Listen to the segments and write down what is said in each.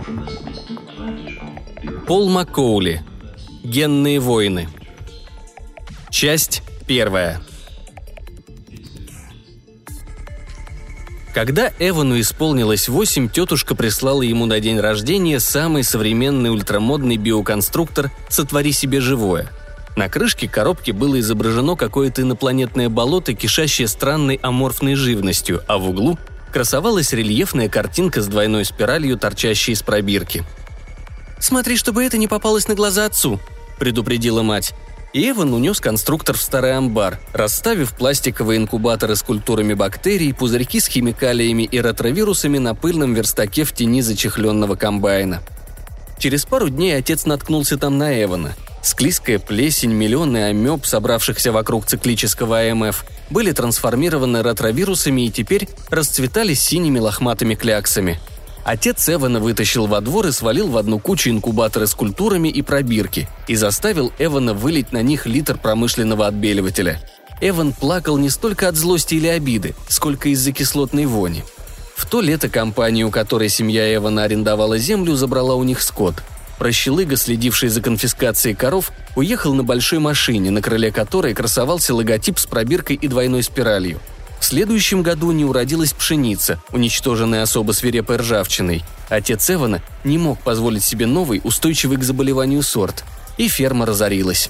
Пол Маккоули. Генные войны. Часть 1. Когда Эвану исполнилось 8, тетушка прислала ему на день рождения самый современный ультрамодный биоконструктор «Сотвори себе живое». На крышке коробки было изображено какое-то инопланетное болото, кишащее странной аморфной живностью, а в углу красовалась рельефная картинка с двойной спиралью, торчащей из пробирки. «Смотри, чтобы это не попалось на глаза отцу», – предупредила мать. И Эван унес конструктор в старый амбар, расставив пластиковые инкубаторы с культурами бактерий, пузырьки с химикалиями и ретровирусами на пыльном верстаке в тени зачехленного комбайна. Через пару дней отец наткнулся там на Эвана. Склизкая плесень, миллионы амеб, собравшихся вокруг циклического АМФ, были трансформированы ретровирусами и теперь расцветали синими лохматыми кляксами. Отец Эвана вытащил во двор и свалил в одну кучу инкубаторы с культурами и пробирки и заставил Эвана вылить на них литр промышленного отбеливателя. Эван плакал не столько от злости или обиды, сколько из-за кислотной вони. В то лето компания, у которой семья Эвана арендовала землю, забрала у них скот. Прощелыга, следивший за конфискацией коров, уехал на большой машине, на крыле которой красовался логотип с пробиркой и двойной спиралью. В следующем году не уродилась пшеница, уничтоженная особо свирепой ржавчиной. Отец Эвана не мог позволить себе новый, устойчивый к заболеванию сорт, и ферма разорилась.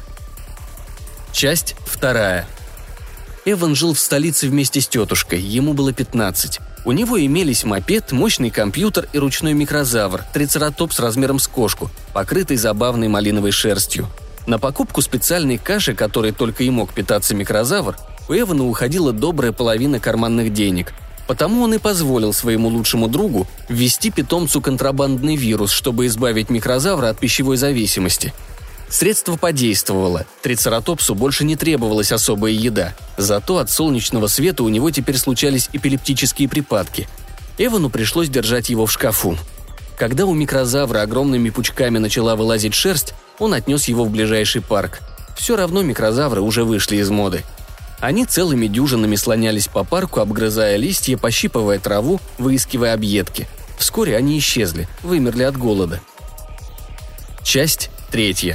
Часть 2. Эван жил в столице вместе с тетушкой, ему было 15. У него имелись мопед, мощный компьютер и ручной микрозавр, трицератопс размером с кошку, покрытый забавной малиновой шерстью. На покупку специальной каши, которой только и мог питаться микрозавр, у Эвана уходила добрая половина карманных денег. Потому он и позволил своему лучшему другу ввести питомцу контрабандный вирус, чтобы избавить микрозавра от пищевой зависимости. Средство подействовало, трицератопсу больше не требовалась особая еда, зато от солнечного света у него теперь случались эпилептические припадки. Эвану пришлось держать его в шкафу. Когда у микрозавра огромными пучками начала вылазить шерсть, он отнес его в ближайший парк. Все равно микрозавры уже вышли из моды. Они целыми дюжинами слонялись по парку, обгрызая листья, пощипывая траву, выискивая объедки. Вскоре они исчезли, вымерли от голода. Часть 3.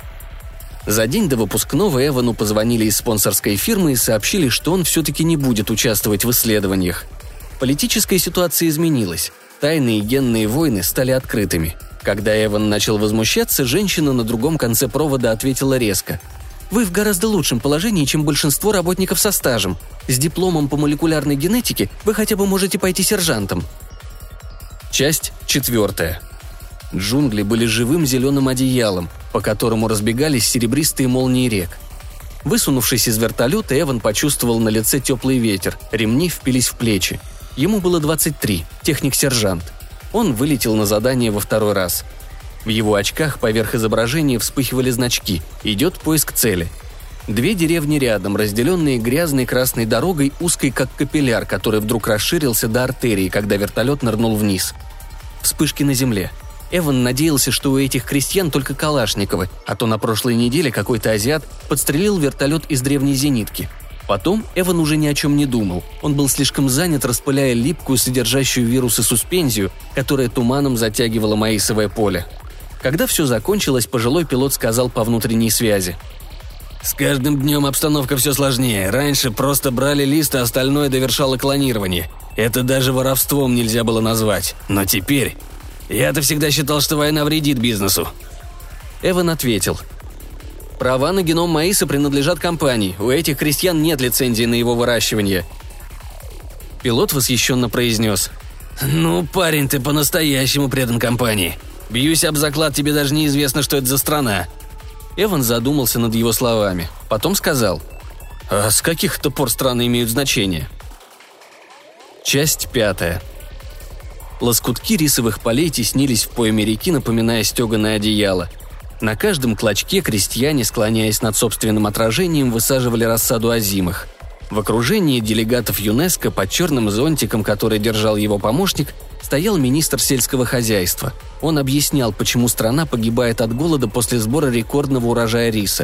За день до выпускного Эвану позвонили из спонсорской фирмы и сообщили, что он все-таки не будет участвовать в исследованиях. Политическая ситуация изменилась. Тайные генные войны стали открытыми. Когда Эван начал возмущаться, женщина на другом конце провода ответила резко. «Вы в гораздо лучшем положении, чем большинство работников со стажем. С дипломом по молекулярной генетике вы хотя бы можете пойти сержантом». Часть 4. Джунгли были живым зеленым одеялом, по которому разбегались серебристые молнии рек. Высунувшись из вертолета, Эван почувствовал на лице теплый ветер, ремни впились в плечи. Ему было 23, техник-сержант. Он вылетел на задание во второй раз. В его очках поверх изображения вспыхивали значки «Идет поиск цели». 2 деревни рядом, разделенные грязной красной дорогой, узкой как капилляр, который вдруг расширился до артерии, когда вертолет нырнул вниз. Вспышки на земле. Эван надеялся, что у этих крестьян только Калашниковы, а то на прошлой неделе какой-то азиат подстрелил вертолет из древней зенитки. Потом Эван уже ни о чем не думал. Он был слишком занят, распыляя липкую, содержащую вирусы суспензию, которая туманом затягивала маисовое поле. Когда все закончилось, пожилой пилот сказал по внутренней связи. «С каждым днем обстановка все сложнее. Раньше просто брали лист, а остальное довершало клонирование. Это даже воровством нельзя было назвать. Но теперь... Я-то всегда считал, что война вредит бизнесу». Эван ответил. «Права на геном маиса принадлежат компании. У этих крестьян нет лицензии на его выращивание». Пилот восхищенно произнес. «Ну, парень, ты по-настоящему предан компании. Бьюсь об заклад, тебе даже неизвестно, что это за страна». Эван задумался над его словами. Потом сказал. «А с каких это пор страны имеют значение?» Часть 5. Лоскутки рисовых полей теснились в пойме реки, напоминая стеганое одеяло. На каждом клочке крестьяне, склоняясь над собственным отражением, высаживали рассаду озимых. В окружении делегатов ЮНЕСКО под черным зонтиком, который держал его помощник, стоял министр сельского хозяйства. Он объяснял, почему страна погибает от голода после сбора рекордного урожая риса.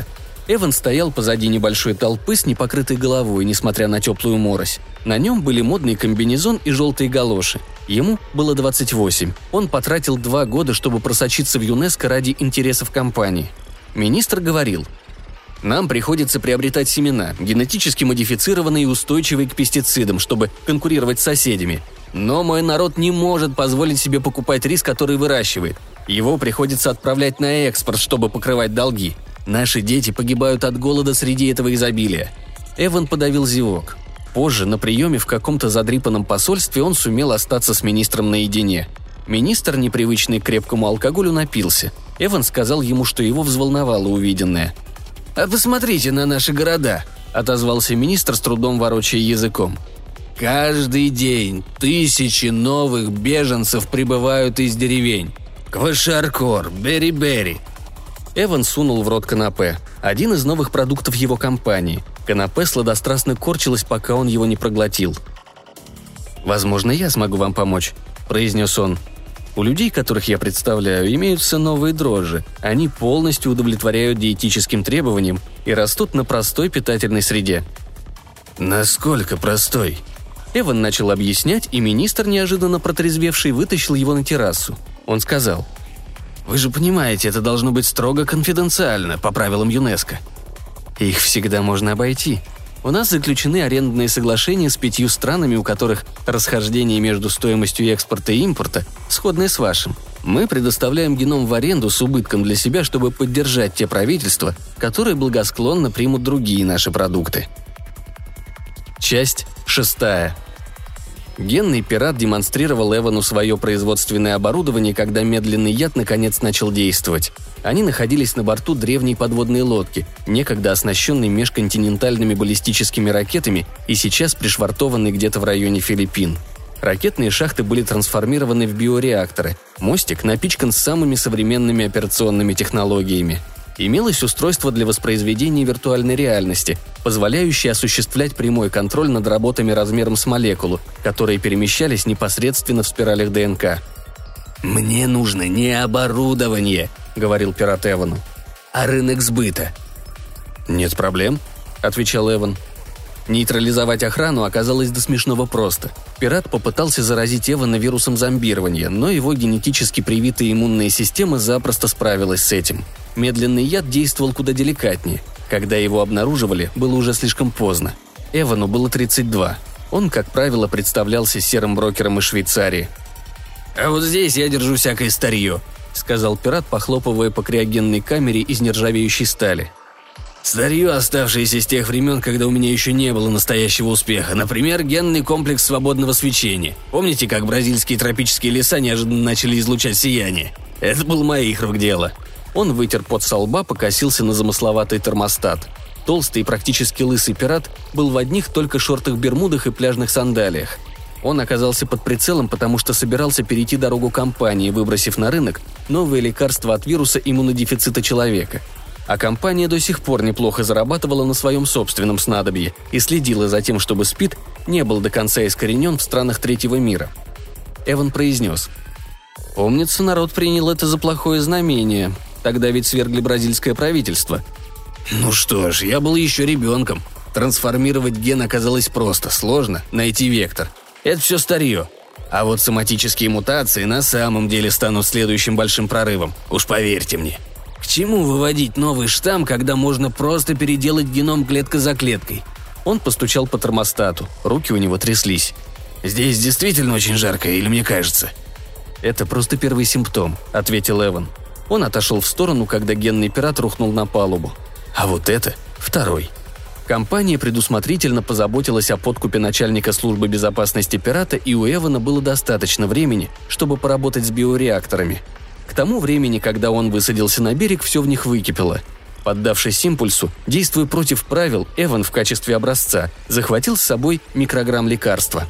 Эван стоял позади небольшой толпы с непокрытой головой, несмотря на теплую морось. На нем были модный комбинезон и желтые галоши. Ему было 28. Он потратил 2 года, чтобы просочиться в ЮНЕСКО ради интересов компании. Министр говорил: «Нам приходится приобретать семена, генетически модифицированные и устойчивые к пестицидам, чтобы конкурировать с соседями. Но мой народ не может позволить себе покупать рис, который выращивает. Его приходится отправлять на экспорт, чтобы покрывать долги. Наши дети погибают от голода среди этого изобилия». Эван подавил зевок. Позже, на приеме в каком-то задрипанном посольстве, он сумел остаться с министром наедине. Министр, непривычный к крепкому алкоголю, напился. Эван сказал ему, что его взволновало увиденное. «А посмотрите на наши города», – отозвался министр, с трудом ворочая языком. «Каждый день тысячи новых беженцев прибывают из деревень. Квашаркор, Бери-Бери». Эван сунул в рот канапе. Один из новых продуктов его компании. Канапе сладострастно корчилось, пока он его не проглотил. «Возможно, я смогу вам помочь», – произнес он. «У людей, которых я представляю, имеются новые дрожжи. Они полностью удовлетворяют диетическим требованиям и растут на простой питательной среде». «Насколько простой?» Эван начал объяснять, и министр, неожиданно протрезвевший, вытащил его на террасу. Он сказал: «Вы же понимаете, это должно быть строго конфиденциально, по правилам ЮНЕСКО». «Их всегда можно обойти. У нас заключены арендные соглашения с 5 странами, у которых расхождение между стоимостью экспорта и импорта сходное с вашим. Мы предоставляем геном в аренду с убытком для себя, чтобы поддержать те правительства, которые благосклонно примут другие наши продукты». Часть 6. Генный пират демонстрировал Эвану свое производственное оборудование, когда медленный яд наконец начал действовать. Они находились на борту древней подводной лодки, некогда оснащенной межконтинентальными баллистическими ракетами и сейчас пришвартованной где-то в районе Филиппин. Ракетные шахты были трансформированы в биореакторы, мостик напичкан самыми современными операционными технологиями. Имелось устройство для воспроизведения виртуальной реальности, позволяющее осуществлять прямой контроль над работами размером с молекулу, которые перемещались непосредственно в спиралях ДНК. «Мне нужно не оборудование», — говорил пират Эвану, — «а рынок сбыта». «Нет проблем», — отвечал Эван. Нейтрализовать охрану оказалось до смешного просто. Пират попытался заразить Эвана вирусом зомбирования, но его генетически привитая иммунная система запросто справилась с этим. Медленный яд действовал куда деликатнее. Когда его обнаруживали, было уже слишком поздно. Эвану было 32. Он, как правило, представлялся серым брокером из Швейцарии. «А вот здесь я держу всякое старье», — сказал пират, похлопывая по криогенной камере из нержавеющей стали. «Старье, оставшееся с тех времен, когда у меня еще не было настоящего успеха. Например, генный комплекс свободного свечения. Помните, как бразильские тропические леса неожиданно начали излучать сияние? Это было моих рук дело». Он вытер пот со лба, покосился на замысловатый термостат. Толстый и практически лысый пират был в одних только шортах-бермудах и пляжных сандалиях. Он оказался под прицелом, потому что собирался перейти дорогу компании, выбросив на рынок новые лекарства от вируса иммунодефицита человека. А компания до сих пор неплохо зарабатывала на своем собственном снадобье и следила за тем, чтобы СПИД не был до конца искоренен в странах третьего мира. Эван произнес: «Помнится, народ принял это за плохое знамение. Тогда ведь свергли бразильское правительство». «Ну что ж, я был еще ребенком. Трансформировать ген оказалось просто, сложно найти вектор. Это все старье. А вот соматические мутации на самом деле станут следующим большим прорывом, уж поверьте мне. К чему выводить новый штамм, когда можно просто переделать геном клетка за клеткой?» Он постучал по термостату, руки у него тряслись. «Здесь действительно очень жарко, или мне кажется?» «Это просто первый симптом», — ответил Эван. Он отошел в сторону, когда генный пират рухнул на палубу. «А вот это второй». Компания предусмотрительно позаботилась о подкупе начальника службы безопасности пирата, и у Эвана было достаточно времени, чтобы поработать с биореакторами. К тому времени, когда он высадился на берег, все в них выкипело. Поддавшись импульсу, действуя против правил, Эван в качестве образца захватил с собой микрограмм лекарства.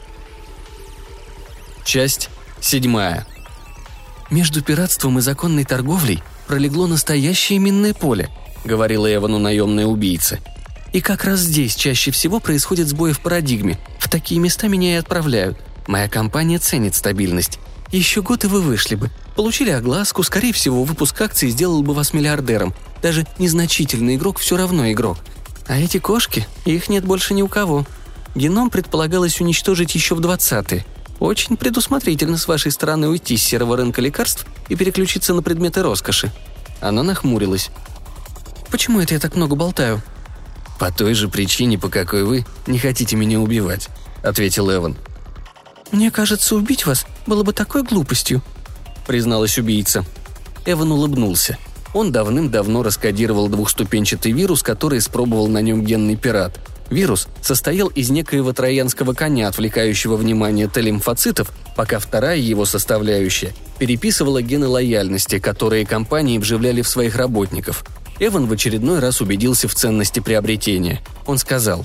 Часть 7. «Между пиратством и законной торговлей пролегло настоящее минное поле», — говорила Эвану наемная убийца. «И как раз здесь чаще всего происходят сбои в парадигме. В такие места меня и отправляют. Моя компания ценит стабильность. Еще год, и вы вышли бы. Получили огласку, скорее всего, выпуск акций сделал бы вас миллиардером. Даже незначительный игрок все равно игрок. А эти кошки, их нет больше ни у кого. Геном предполагалось уничтожить еще в 20-е. Очень предусмотрительно с вашей стороны уйти с серого рынка лекарств и переключиться на предметы роскоши». Она нахмурилась. «Почему это я так много болтаю?» «По той же причине, по какой вы не хотите меня убивать», — ответил Эван. «Мне кажется, убить вас было бы такой глупостью», — призналась убийца. Эван улыбнулся. Он давным-давно раскодировал двухступенчатый вирус, который испробовал на нем генный пират. Вирус состоял из некоего троянского коня, отвлекающего внимание Т-лимфоцитов, пока вторая его составляющая переписывала гены лояльности, которые компании вживляли в своих работников. Эван в очередной раз убедился в ценности приобретения. Он сказал: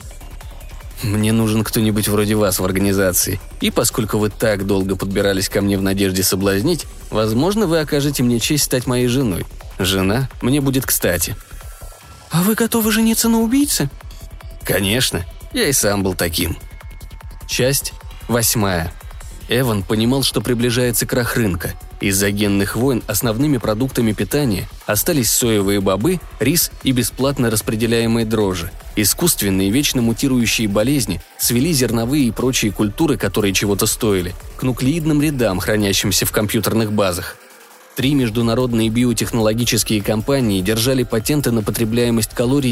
«Мне нужен кто-нибудь вроде вас в организации, и поскольку вы так долго подбирались ко мне в надежде соблазнить, возможно, вы окажете мне честь стать моей женой. Жена мне будет кстати». «А вы готовы жениться на убийце?» «Конечно, я и сам был таким». Часть 8. Эван понимал, что приближается крах рынка. Из-за генных войн основными продуктами питания остались соевые бобы, рис и бесплатно распределяемые дрожжи. Искусственные вечно мутирующие болезни свели зерновые и прочие культуры, которые чего-то стоили, к нуклеидным рядам, хранящимся в компьютерных базах. 3 международные биотехнологические компании держали патенты на потребляемость калорий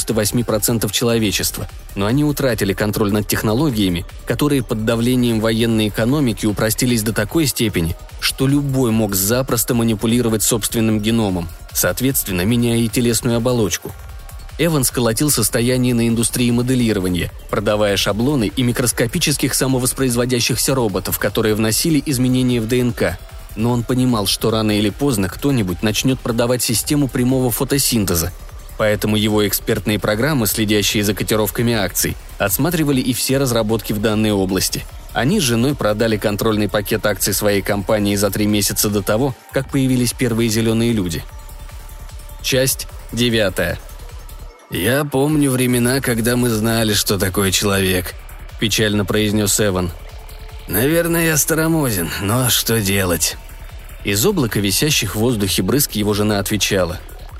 98% человечества, но они утратили контроль над технологиями, которые под давлением военной экономики упростились до такой степени, что любой мог запросто манипулировать собственным геномом, соответственно, меняя и телесную оболочку. Эван сколотил состояние на индустрии моделирования, продавая шаблоны и микроскопических самовоспроизводящихся роботов, которые вносили изменения в ДНК. Но он понимал, что рано или поздно кто-нибудь начнет продавать систему прямого фотосинтеза. Поэтому его экспертные программы, следящие за котировками акций, отсматривали и все разработки в данной области. Они с женой продали контрольный пакет акций своей компании за 3 месяца до того, как появились первые зеленые люди. Часть 9. «Я помню времена, когда мы знали, что такое человек», – печально произнес Эван. «Наверное, я старомоден, но что делать?» Из облака висящих в воздухе брызг его жена отвечала: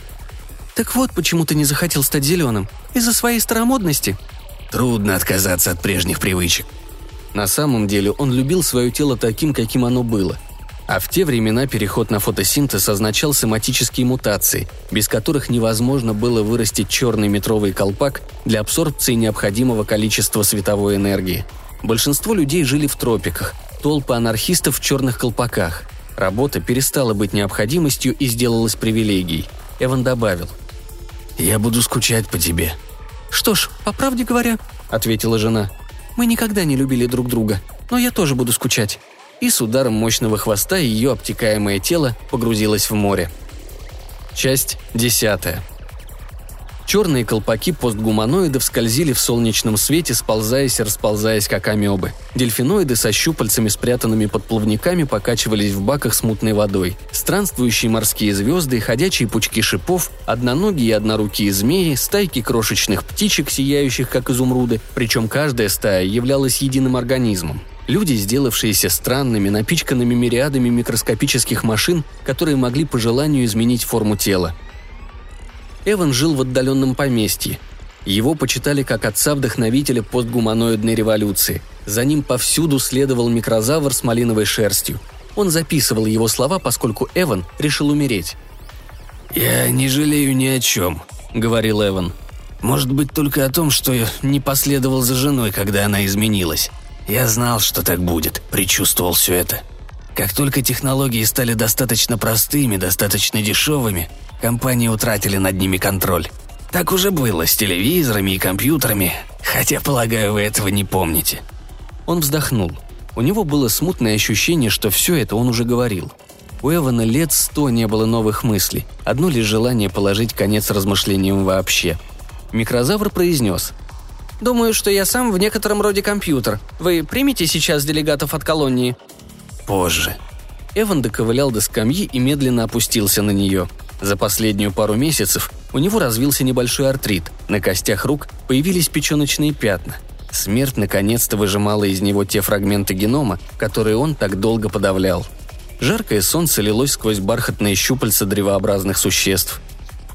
«Так вот, почему ты не захотел стать зеленым? Из-за своей старомодности?» «Трудно отказаться от прежних привычек». На самом деле он любил свое тело таким, каким оно было. А в те времена переход на фотосинтез означал соматические мутации, без которых невозможно было вырастить черный метровый колпак для абсорбции необходимого количества световой энергии. Большинство людей жили в тропиках, толпы анархистов в черных колпаках. Работа перестала быть необходимостью и сделалась привилегией. Эван добавил: «Я буду скучать по тебе». «Что ж, по правде говоря», — ответила жена, — «мы никогда не любили друг друга, но я тоже буду скучать». И с ударом мощного хвоста ее обтекаемое тело погрузилось в море. Часть 10. Черные колпаки постгуманоидов скользили в солнечном свете, сползаясь и расползаясь, как амебы. Дельфиноиды со щупальцами, спрятанными под плавниками, покачивались в баках с мутной водой. Странствующие морские звезды, ходячие пучки шипов, одноногие и однорукие змеи, стайки крошечных птичек, сияющих, как изумруды, причем каждая стая являлась единым организмом. Люди, сделавшиеся странными, напичканными мириадами микроскопических машин, которые могли по желанию изменить форму тела. Эван жил в отдаленном поместье. Его почитали как отца-вдохновителя постгуманоидной революции. За ним повсюду следовал микрозавр с малиновой шерстью. Он записывал его слова, поскольку Эван решил умереть. «Я не жалею ни о чем», — говорил Эван. «Может быть, только о том, что я не последовал за женой, когда она изменилась. Я знал, что так будет, предчувствовал все это. Как только технологии стали достаточно простыми, достаточно дешевыми, компании утратили над ними контроль. Так уже было с телевизорами и компьютерами, хотя, полагаю, вы этого не помните». Он вздохнул. У него было смутное ощущение, что все это он уже говорил. У Эвана лет 100 не было новых мыслей, одно лишь желание положить конец размышлениям вообще. Микрозавр произнес: «Думаю, что я сам в некотором роде компьютер. Вы примете сейчас делегатов от колонии?» «Позже». Эван доковылял до скамьи и медленно опустился на нее. За последнюю пару месяцев у него развился небольшой артрит, на костях рук появились печеночные пятна. Смерть наконец-то выжимала из него те фрагменты генома, которые он так долго подавлял. Жаркое солнце лилось сквозь бархатные щупальца древообразных существ.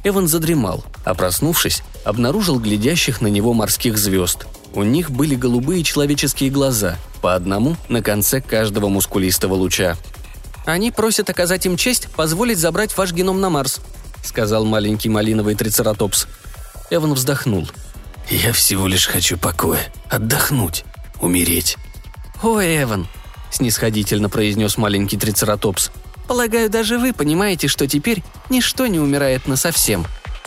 Эван задремал, а проснувшись, обнаружил глядящих на него морских звезд. У них были голубые человеческие глаза, по одному на конце каждого мускулистого луча. «Они просят оказать им честь позволить забрать ваш геном на Марс», — сказал маленький малиновый трицератопс. Эван вздохнул. «Я всего лишь хочу покоя, отдохнуть, умереть». «О, Эван», — снисходительно произнес маленький трицератопс, «полагаю, даже вы понимаете, что теперь ничто не умирает насовсем».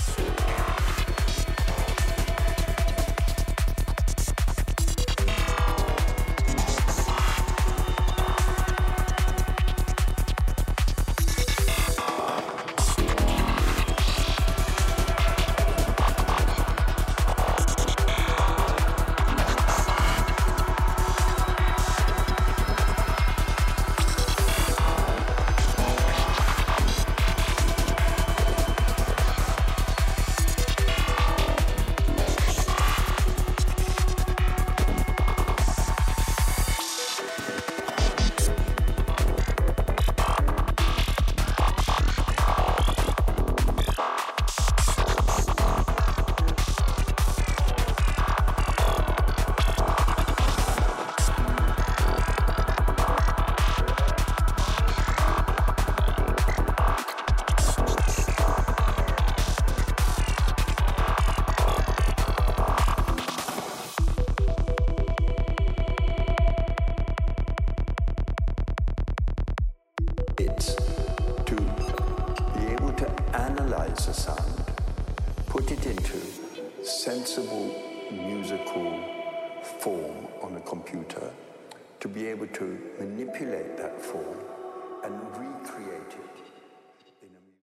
It's to be able to analyze the sound, put it into sensible musical form on a computer, to be able to manipulate that form and recreate it.